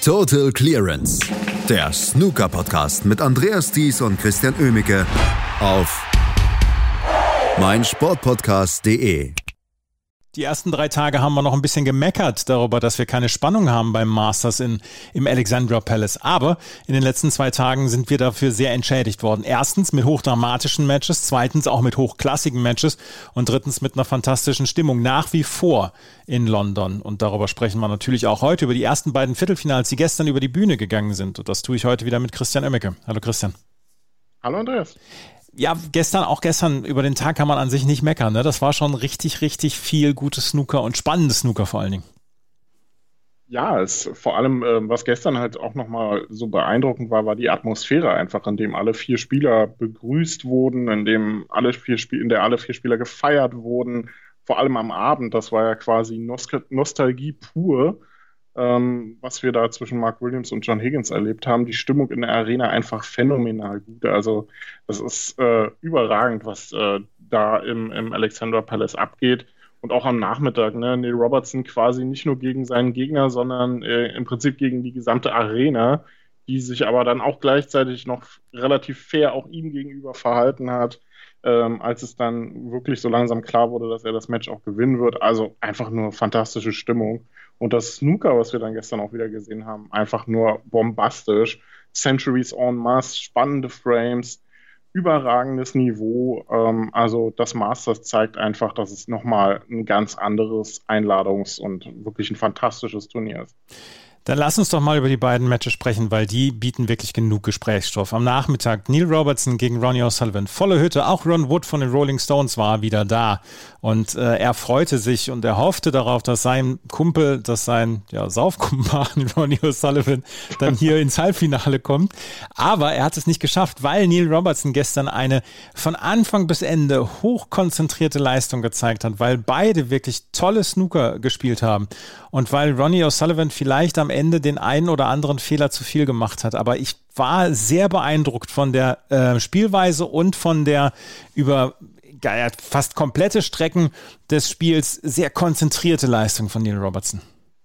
Total Clearance, der Snooker-Podcast mit Andreas Thies und Christian Oemicke auf meinsportpodcast.de. Die ersten 3 Tage haben wir noch ein bisschen gemeckert darüber, dass wir keine Spannung haben beim Masters im Alexandra Palace. Aber in den letzten 2 Tagen sind wir dafür sehr entschädigt worden. Erstens mit hochdramatischen Matches, zweitens auch mit hochklassigen Matches und drittens mit einer fantastischen Stimmung nach wie vor in London. Und darüber sprechen wir natürlich auch heute, über die ersten beiden Viertelfinals, die gestern über die Bühne gegangen sind. Und das tue ich heute wieder mit Christian Oemicke. Hallo Christian. Hallo Andreas. Ja, gestern über den Tag kann man an sich nicht meckern. Ne? Das war schon richtig viel gutes Snooker und spannendes Snooker vor allen Dingen. Ja, vor allem, was gestern halt auch nochmal so beeindruckend war die Atmosphäre einfach, in dem alle 4 Spieler begrüßt wurden, in der alle 4 Spieler gefeiert wurden. Vor allem am Abend, das war ja quasi Nostalgie pur, was wir da zwischen Mark Williams und John Higgins erlebt haben. Die Stimmung in der Arena einfach phänomenal gut. Also das ist überragend, was da im Alexandra Palace abgeht. Und auch am Nachmittag, ne? Neil Robertson quasi nicht nur gegen seinen Gegner, sondern im Prinzip gegen die gesamte Arena, die sich aber dann auch gleichzeitig noch relativ fair auch ihm gegenüber verhalten hat, als es dann wirklich so langsam klar wurde, dass er das Match auch gewinnen wird. Also einfach nur fantastische Stimmung. Und das Snooker, was wir dann gestern auch wieder gesehen haben, einfach nur bombastisch. Centuries en masse, spannende Frames, überragendes Niveau. Also das Masters zeigt einfach, dass es nochmal ein ganz anderes Einladungs- und wirklich ein fantastisches Turnier ist. Dann lass uns doch mal über die beiden Matches sprechen, weil die bieten wirklich genug Gesprächsstoff. Am Nachmittag Neil Robertson gegen Ronnie O'Sullivan. Volle Hütte, auch Ron Wood von den Rolling Stones war wieder da. Und er freute sich und er hoffte darauf, dass sein Kumpel, Saufkumpan Ronnie O'Sullivan dann hier ins Halbfinale kommt. Aber er hat es nicht geschafft, weil Neil Robertson gestern eine von Anfang bis Ende hochkonzentrierte Leistung gezeigt hat, weil beide wirklich tolle Snooker gespielt haben und weil Ronnie O'Sullivan vielleicht am Ende den einen oder anderen Fehler zu viel gemacht hat. Aber ich war sehr beeindruckt von der Spielweise und von der über fast komplette Strecken des Spiels sehr konzentrierte Leistung von Neil Robertson.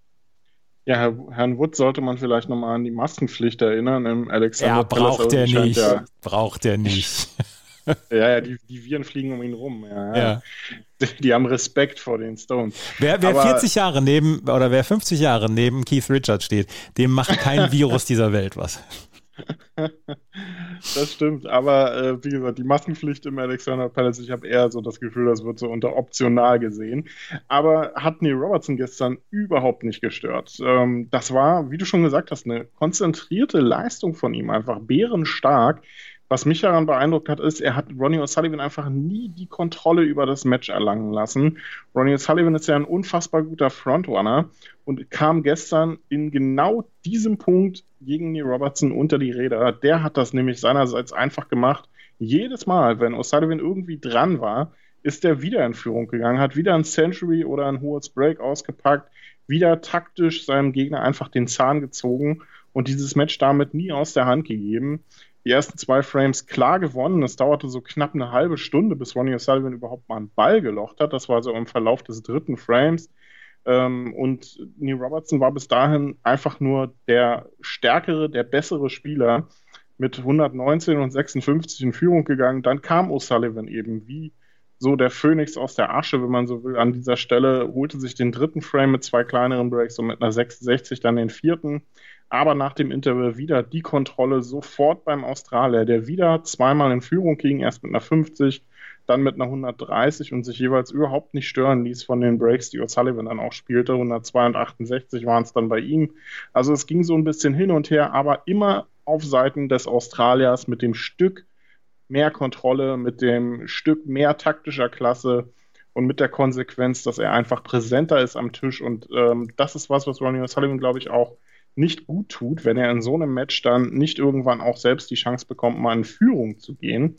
Ja, Herrn Wood sollte man vielleicht nochmal an die Maskenpflicht erinnern im Alexandra Palace. Braucht er nicht. Ja, die Viren fliegen um ihn rum. Ja. Die haben Respekt vor den Stones. Wer 40 Jahre wer 50 Jahre neben Keith Richards steht, dem macht kein Virus dieser Welt was. Das stimmt, aber wie gesagt, die Maskenpflicht im Alexandra Palace, ich habe eher so das Gefühl, das wird so unter optional gesehen. Aber hat Neil Robertson gestern überhaupt nicht gestört. Das war, wie du schon gesagt hast, eine konzentrierte Leistung von ihm, einfach bärenstark. Was mich daran beeindruckt hat, ist, er hat Ronnie O'Sullivan einfach nie die Kontrolle über das Match erlangen lassen. Ronnie O'Sullivan ist ja ein unfassbar guter Frontrunner und kam gestern in genau diesem Punkt gegen Neil Robertson unter die Räder. Der hat das nämlich seinerseits einfach gemacht. Jedes Mal, wenn O'Sullivan irgendwie dran war, ist er wieder in Führung gegangen, hat wieder ein Century oder ein hohes Break ausgepackt, wieder taktisch seinem Gegner einfach den Zahn gezogen und dieses Match damit nie aus der Hand gegeben. Die ersten 2 Frames klar gewonnen. Es dauerte so knapp eine halbe Stunde, bis Ronnie O'Sullivan überhaupt mal einen Ball gelocht hat. Das war so im Verlauf des 3. Frames. Und Neil Robertson war bis dahin einfach nur der stärkere, der bessere Spieler mit 119 und 56 in Führung gegangen. Dann kam O'Sullivan eben wie so der Phönix aus der Asche, wenn man so will, an dieser Stelle, holte sich den 3. Frame mit 2 kleineren Breaks und mit einer 66 dann den 4. Aber nach dem Interval wieder die Kontrolle sofort beim Australier, der wieder 2-mal in Führung ging, erst mit einer 50, dann mit einer 130 und sich jeweils überhaupt nicht stören ließ von den Breaks, die O'Sullivan dann auch spielte. 102 und 68 waren es dann bei ihm. Also es ging so ein bisschen hin und her, aber immer auf Seiten des Australiers mit dem Stück mehr Kontrolle, mit dem Stück mehr taktischer Klasse und mit der Konsequenz, dass er einfach präsenter ist am Tisch. Und das ist was Ronnie O'Sullivan, glaube ich, auch nicht gut tut, wenn er in so einem Match dann nicht irgendwann auch selbst die Chance bekommt, mal in Führung zu gehen.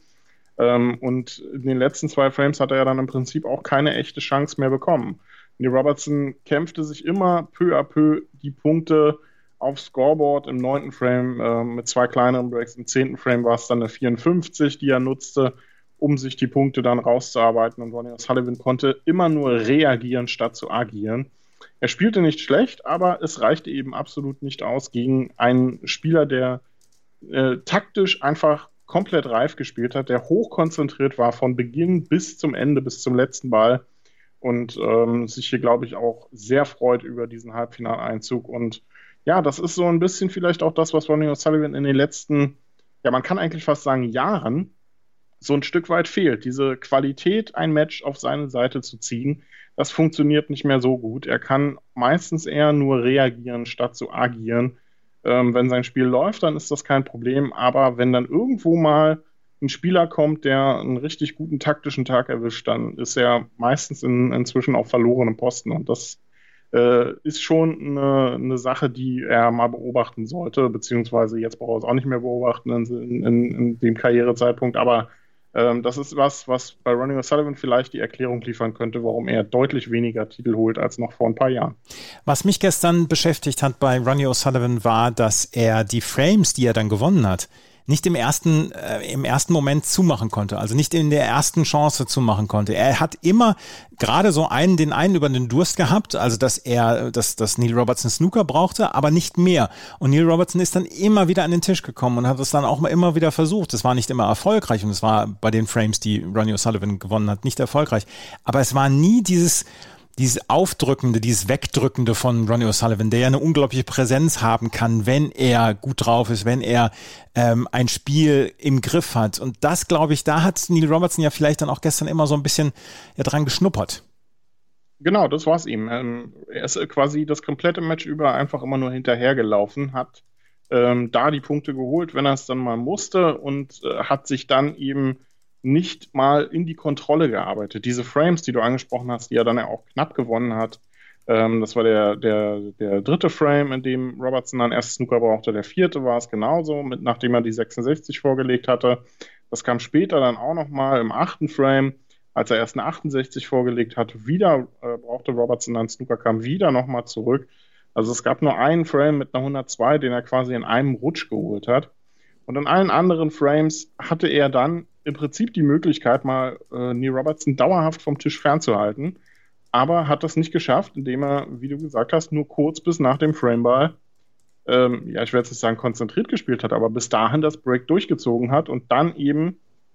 Und in den letzten 2 Frames hat er ja dann im Prinzip auch keine echte Chance mehr bekommen. Neil Robertson kämpfte sich immer peu à peu die Punkte aufs Scoreboard im 9. Frame mit 2 kleineren Breaks. Im 10. Frame war es dann eine 54, die er nutzte, um sich die Punkte dann rauszuarbeiten. Und Ronnie O'Sullivan konnte immer nur reagieren, statt zu agieren. Er spielte nicht schlecht, aber es reichte eben absolut nicht aus gegen einen Spieler, der taktisch einfach komplett reif gespielt hat, der hochkonzentriert war von Beginn bis zum Ende, bis zum letzten Ball und sich hier, glaube ich, auch sehr freut über diesen Halbfinaleinzug. Und ja, das ist so ein bisschen vielleicht auch das, was Ronnie O'Sullivan in den letzten, ja, man kann eigentlich fast sagen, Jahren so ein Stück weit fehlt. Diese Qualität, ein Match auf seine Seite zu ziehen, das funktioniert nicht mehr so gut. Er kann meistens eher nur reagieren, statt zu agieren. Wenn sein Spiel läuft, dann ist das kein Problem. Aber wenn dann irgendwo mal ein Spieler kommt, der einen richtig guten taktischen Tag erwischt, dann ist er meistens inzwischen auf verlorenem Posten. Und das ist schon eine Sache, die er mal beobachten sollte, beziehungsweise jetzt braucht er es auch nicht mehr beobachten in dem Karrierezeitpunkt. Aber das ist was bei Ronnie O'Sullivan vielleicht die Erklärung liefern könnte, warum er deutlich weniger Titel holt als noch vor ein paar Jahren. Was mich gestern beschäftigt hat bei Ronnie O'Sullivan war, dass er die Frames, die er dann gewonnen hat, nicht im ersten Moment zumachen konnte, also nicht in der ersten Chance zumachen konnte. Er hat immer gerade so den einen über den Durst gehabt, also dass Neil Robertson Snooker brauchte, aber nicht mehr. Und Neil Robertson ist dann immer wieder an den Tisch gekommen und hat es dann auch immer wieder versucht. Es war nicht immer erfolgreich und es war bei den Frames, die Ronnie O'Sullivan gewonnen hat, nicht erfolgreich. Aber es war nie dieses Aufdrückende, dieses Wegdrückende von Ronnie O'Sullivan, der ja eine unglaubliche Präsenz haben kann, wenn er gut drauf ist, wenn er ein Spiel im Griff hat. Und das, glaube ich, da hat Neil Robertson ja vielleicht dann auch gestern immer so ein bisschen dran geschnuppert. Genau, das war's ihm. Er ist quasi das komplette Match über einfach immer nur hinterhergelaufen, hat da die Punkte geholt, wenn er es dann mal musste und hat sich dann eben nicht mal in die Kontrolle gearbeitet. Diese Frames, die du angesprochen hast, die er dann ja auch knapp gewonnen hat, das war der dritte Frame, in dem Robertson dann erst Snooker brauchte. Der vierte war es genauso, nachdem er die 66 vorgelegt hatte. Das kam später dann auch nochmal im 8. Frame, als er erst eine 68 vorgelegt hat. Wieder brauchte Robertson dann Snooker, kam wieder nochmal zurück. Also es gab nur einen Frame mit einer 102, den er quasi in einem Rutsch geholt hat. Und in allen anderen Frames hatte er dann im Prinzip die Möglichkeit, mal Neil Robertson dauerhaft vom Tisch fernzuhalten, aber hat das nicht geschafft, indem er, wie du gesagt hast, nur kurz bis nach dem Frameball, ich werde jetzt nicht sagen konzentriert gespielt hat, aber bis dahin das Break durchgezogen hat und dann eben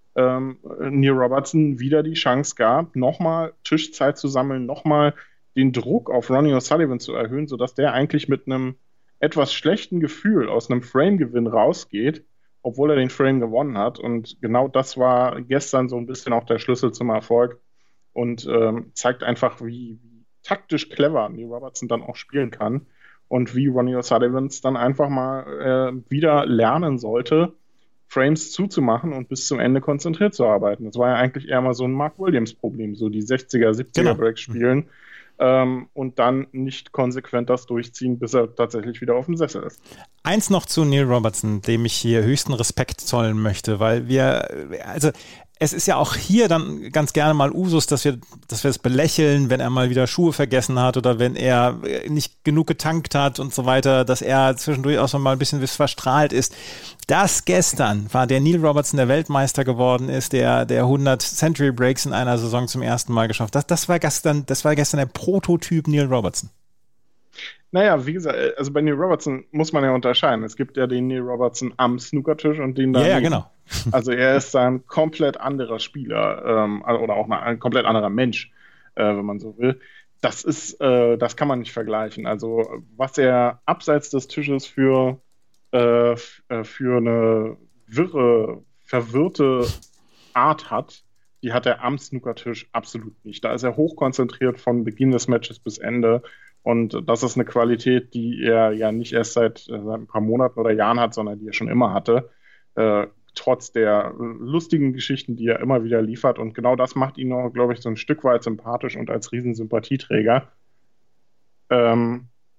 Neil Robertson wieder die Chance gab, nochmal Tischzeit zu sammeln, nochmal den Druck auf Ronnie O'Sullivan zu erhöhen, sodass der eigentlich mit einem etwas schlechten Gefühl aus einem Frame-Gewinn rausgeht, obwohl er den Frame gewonnen hat. Und genau das war gestern so ein bisschen auch der Schlüssel zum Erfolg und zeigt einfach, wie taktisch clever Neil Robertson dann auch spielen kann und wie Ronnie O'Sullivan es dann einfach mal wieder lernen sollte, Frames zuzumachen und bis zum Ende konzentriert zu arbeiten. Das war ja eigentlich eher mal so ein Mark Williams-Problem, so die 60er, 70er Breaks spielen und dann nicht konsequent das durchziehen, bis er tatsächlich wieder auf dem Sessel ist. Eins noch zu Neil Robertson, dem ich hier höchsten Respekt zollen möchte, weil es ist ja auch hier dann ganz gerne mal Usus, dass wir es belächeln, wenn er mal wieder Schuhe vergessen hat oder wenn er nicht genug getankt hat und so weiter, dass er zwischendurch auch so mal ein bisschen verstrahlt ist. Das gestern war der Neil Robertson, der Weltmeister geworden ist, der 100 Century Breaks in einer Saison zum ersten Mal geschafft. Das war gestern der Prototyp Neil Robertson. Naja, wie gesagt, also bei Neil Robertson muss man ja unterscheiden. Es gibt ja den Neil Robertson am Snookertisch und den da. Ja, genau. Also er ist ein komplett anderer Spieler oder auch ein komplett anderer Mensch, wenn man so will. Das kann man nicht vergleichen. Also was er abseits des Tisches für eine verwirrte Art hat, die hat er am Snookertisch absolut nicht. Da ist er hochkonzentriert von Beginn des Matches bis Ende. Und das ist eine Qualität, die er ja nicht erst seit ein paar Monaten oder Jahren hat, sondern die er schon immer hatte. Trotz der lustigen Geschichten, die er immer wieder liefert. Und genau das macht ihn auch, glaube ich, so ein Stück weit sympathisch und als Riesensympathieträger. Da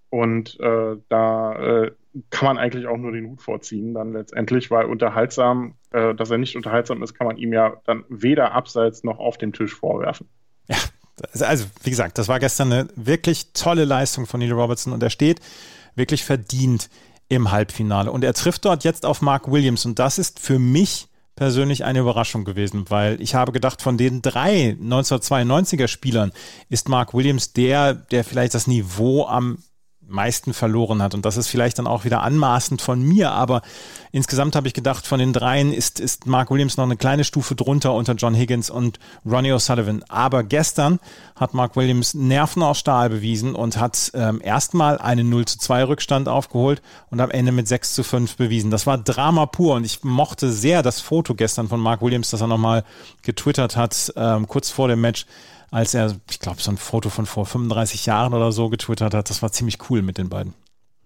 kann man eigentlich auch nur den Hut vorziehen dann letztendlich, weil dass er nicht unterhaltsam ist, kann man ihm ja dann weder abseits noch auf dem Tisch vorwerfen. Ja, also wie gesagt, das war gestern eine wirklich tolle Leistung von Neil Robertson und er steht wirklich verdient im Halbfinale. Und er trifft dort jetzt auf Mark Williams und das ist für mich persönlich eine Überraschung gewesen, weil ich habe gedacht, von den 3 1992er Spielern ist Mark Williams der vielleicht das Niveau am meisten verloren hat. Und das ist vielleicht dann auch wieder anmaßend von mir, aber insgesamt habe ich gedacht, von den 3 ist Mark Williams noch eine kleine Stufe drunter unter John Higgins und Ronnie O'Sullivan. Aber gestern hat Mark Williams Nerven aus Stahl bewiesen und hat erstmal einen 0:2 Rückstand aufgeholt und am Ende mit 6:5 bewiesen. Das war Drama pur und ich mochte sehr das Foto gestern von Mark Williams, das er nochmal getwittert hat, kurz vor dem Match, als er, ich glaube, so ein Foto von vor 35 Jahren oder so getwittert hat. Das war ziemlich cool mit den beiden.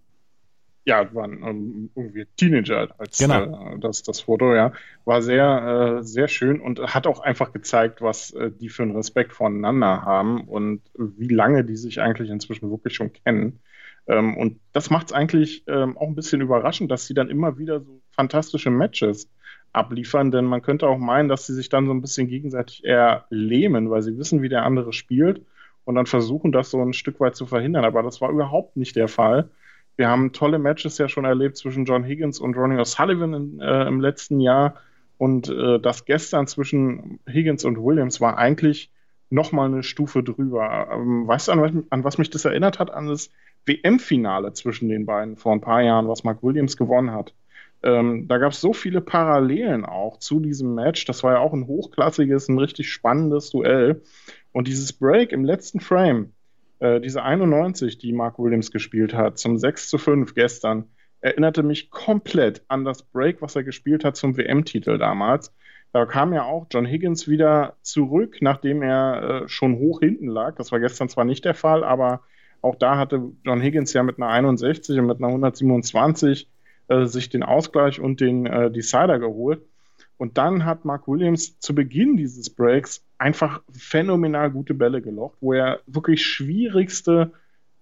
Ja, waren irgendwie Teenager als genau. Das Foto, ja. War sehr, sehr schön und hat auch einfach gezeigt, was die für einen Respekt voneinander haben und wie lange die sich eigentlich inzwischen wirklich schon kennen. Und das macht es eigentlich auch ein bisschen überraschend, dass sie dann immer wieder so fantastische Matches abliefern, denn man könnte auch meinen, dass sie sich dann so ein bisschen gegenseitig eher lähmen, weil sie wissen, wie der andere spielt und dann versuchen, das so ein Stück weit zu verhindern. Aber das war überhaupt nicht der Fall. Wir haben tolle Matches ja schon erlebt zwischen John Higgins und Ronnie O'Sullivan im letzten Jahr und das gestern zwischen Higgins und Williams war eigentlich nochmal eine Stufe drüber. Weißt du, an was mich das erinnert hat? An das WM-Finale zwischen den beiden vor ein paar Jahren, was Mark Williams gewonnen hat. Da gab es so viele Parallelen auch zu diesem Match. Das war ja auch ein hochklassiges, ein richtig spannendes Duell. Und dieses Break im letzten Frame, diese 91, die Mark Williams gespielt hat, zum 6:5 gestern, erinnerte mich komplett an das Break, was er gespielt hat zum WM-Titel damals. Da kam ja auch John Higgins wieder zurück, nachdem er schon hoch hinten lag. Das war gestern zwar nicht der Fall, aber auch da hatte John Higgins ja mit einer 61 und mit einer 127 sich den Ausgleich und den Decider geholt. Und dann hat Mark Williams zu Beginn dieses Breaks einfach phänomenal gute Bälle gelocht, wo er wirklich schwierigste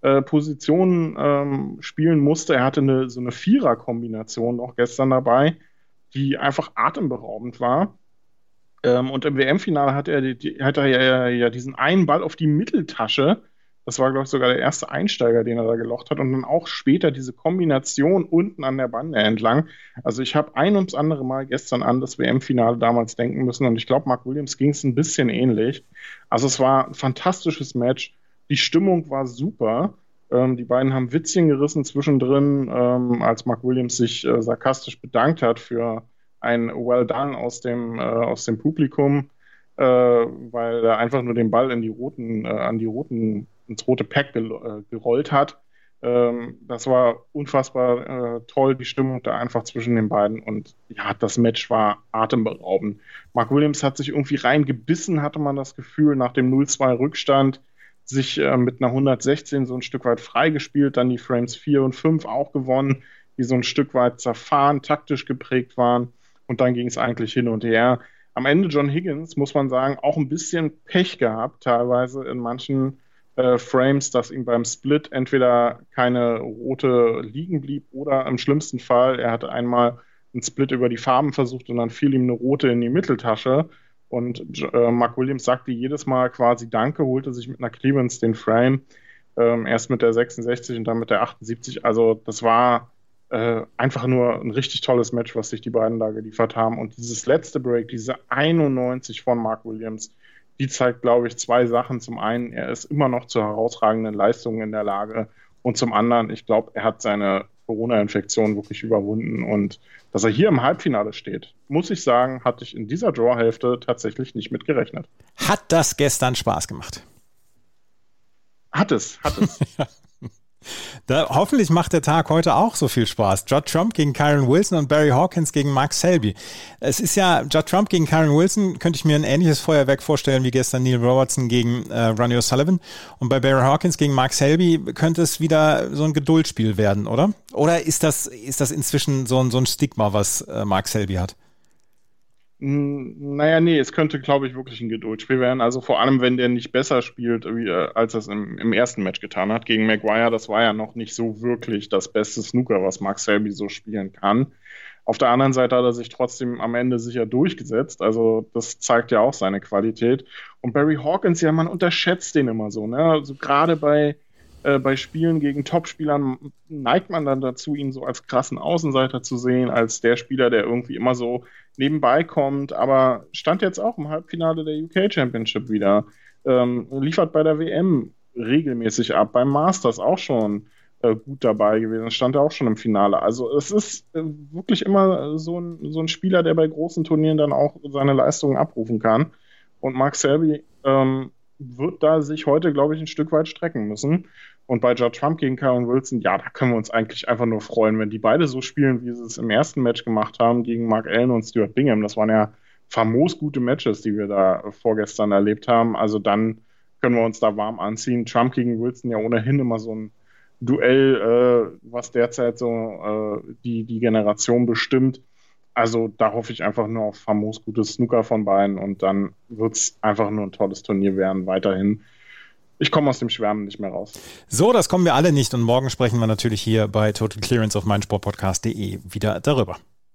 Positionen spielen musste. Er hatte so eine Vierer-Kombination noch gestern dabei, die einfach atemberaubend war. Und im WM-Finale hat er ja diesen einen Ball auf die Mitteltasche. Das war, glaube ich, sogar der erste Einsteiger, den er da gelocht hat. Und dann auch später diese Kombination unten an der Bande entlang. Also ich habe ein ums andere Mal gestern an das WM-Finale damals denken müssen. Und ich glaube, Mark Williams ging es ein bisschen ähnlich. Also es war ein fantastisches Match. Die Stimmung war super. Die beiden haben Witzchen gerissen zwischendrin, als Mark Williams sich sarkastisch bedankt hat für ein Well Done aus dem Publikum, weil er einfach nur den Ball ins rote Pack gerollt hat. Das war unfassbar toll, die Stimmung da einfach zwischen den beiden. Und ja, das Match war atemberaubend. Mark Williams hat sich irgendwie reingebissen, hatte man das Gefühl, nach dem 0:2 Rückstand, sich mit einer 116 so ein Stück weit freigespielt, dann die Frames 4 und 5 auch gewonnen, die so ein Stück weit zerfahren, taktisch geprägt waren. Und dann ging es eigentlich hin und her. Am Ende John Higgins, muss man sagen, auch ein bisschen Pech gehabt, teilweise in manchen Frames, dass ihm beim Split entweder keine rote liegen blieb oder im schlimmsten Fall, er hatte einmal einen Split über die Farben versucht und dann fiel ihm eine rote in die Mitteltasche und Mark Williams sagte jedes Mal quasi Danke, holte sich mit einer Clearance den Frame, erst mit der 66 und dann mit der 78, also das war einfach nur ein richtig tolles Match, was sich die beiden da geliefert haben und dieses letzte Break, diese 91 von Mark Williams, die zeigt, glaube ich, 2 Sachen. Zum einen, er ist immer noch zu herausragenden Leistungen in der Lage. Und zum anderen, ich glaube, er hat seine Corona-Infektion wirklich überwunden. Und dass er hier im Halbfinale steht, muss ich sagen, hatte ich in dieser Draw-Hälfte tatsächlich nicht mit gerechnet. Hat das gestern Spaß gemacht? Hat es. Hoffentlich macht der Tag heute auch so viel Spaß. Judd Trump gegen Kyron Wilson und Barry Hawkins gegen Mark Selby. Es ist ja, Judd Trump gegen Kyron Wilson, könnte ich mir ein ähnliches Feuerwerk vorstellen wie gestern Neil Robertson gegen Ronnie O'Sullivan. Und bei Barry Hawkins gegen Mark Selby könnte es wieder so ein Geduldsspiel werden, oder? Oder ist das inzwischen so ein Stigma, was Mark Selby hat? Naja, nee, es könnte, glaube ich, wirklich ein Geduldsspiel werden. Also vor allem, wenn der nicht besser spielt, als er es im ersten Match getan hat gegen Maguire. Das war ja noch nicht so wirklich das beste Snooker, was Mark Selby so spielen kann. Auf der anderen Seite hat er sich trotzdem am Ende sicher durchgesetzt. Also das zeigt ja auch seine Qualität. Und Barry Hawkins, ja, man unterschätzt den immer so, ne? Also gerade bei Spielen gegen Topspielern neigt man dann dazu, ihn so als krassen Außenseiter zu sehen, als der Spieler, der irgendwie immer so nebenbei kommt, aber stand jetzt auch im Halbfinale der UK Championship wieder, liefert bei der WM regelmäßig ab, beim Masters auch schon gut dabei gewesen, stand er auch schon im Finale. Also es ist wirklich immer so ein Spieler, der bei großen Turnieren dann auch seine Leistungen abrufen kann. Und Mark Selby wird da sich heute, glaube ich, ein Stück weit strecken müssen. Und bei Judd Trump gegen Kyron Wilson, ja, da können wir uns eigentlich einfach nur freuen, wenn die beide so spielen, wie sie es im ersten Match gemacht haben gegen Mark Allen und Stuart Bingham. Das waren ja famos gute Matches, die wir da vorgestern erlebt haben. Also dann können wir uns da warm anziehen. Trump gegen Wilson ja ohnehin immer so ein Duell, was derzeit so die Generation bestimmt. Also da hoffe ich einfach nur auf famos gutes Snooker von beiden und dann wird es einfach nur ein tolles Turnier werden, weiterhin. Ich komme aus dem Schwärmen nicht mehr raus. So, das kommen wir alle nicht und morgen sprechen wir natürlich hier bei Total Clearance auf meinsportpodcast.de wieder darüber.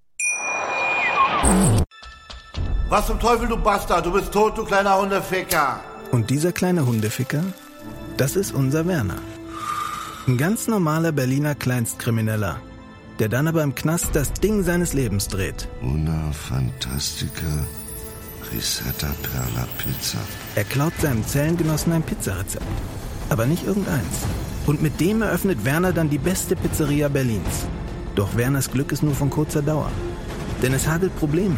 Was zum Teufel, du Bastard, du bist tot, du kleiner Hundeficker. Und dieser kleine Hundeficker, das ist unser Werner. Ein ganz normaler Berliner Kleinstkrimineller, der dann aber im Knast das Ding seines Lebens dreht. Una Fantastica Risetta Perla Pizza. Er klaut seinem Zellengenossen ein Pizzarezept, aber nicht irgendeins. Und mit dem eröffnet Werner dann die beste Pizzeria Berlins. Doch Werners Glück ist nur von kurzer Dauer, denn es hagelt Probleme.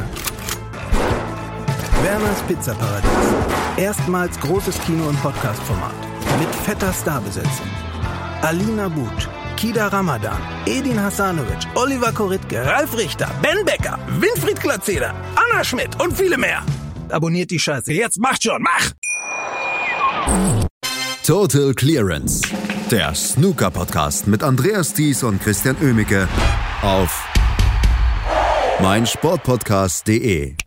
Werners Pizzaparadies. Erstmals großes Kino- und Podcast-Format. Mit fetter Starbesetzung. Alina But, Kida Ramadan, Edin Hasanovic, Oliver Koritke, Ralf Richter, Ben Becker, Winfried Glatzeder, Anna Schmidt und viele mehr. Abonniert die Scheiße. Jetzt macht schon, mach! Total Clearance, der Snooker-Podcast mit Andreas Thies und Christian Oemicke auf meinsportpodcast.de.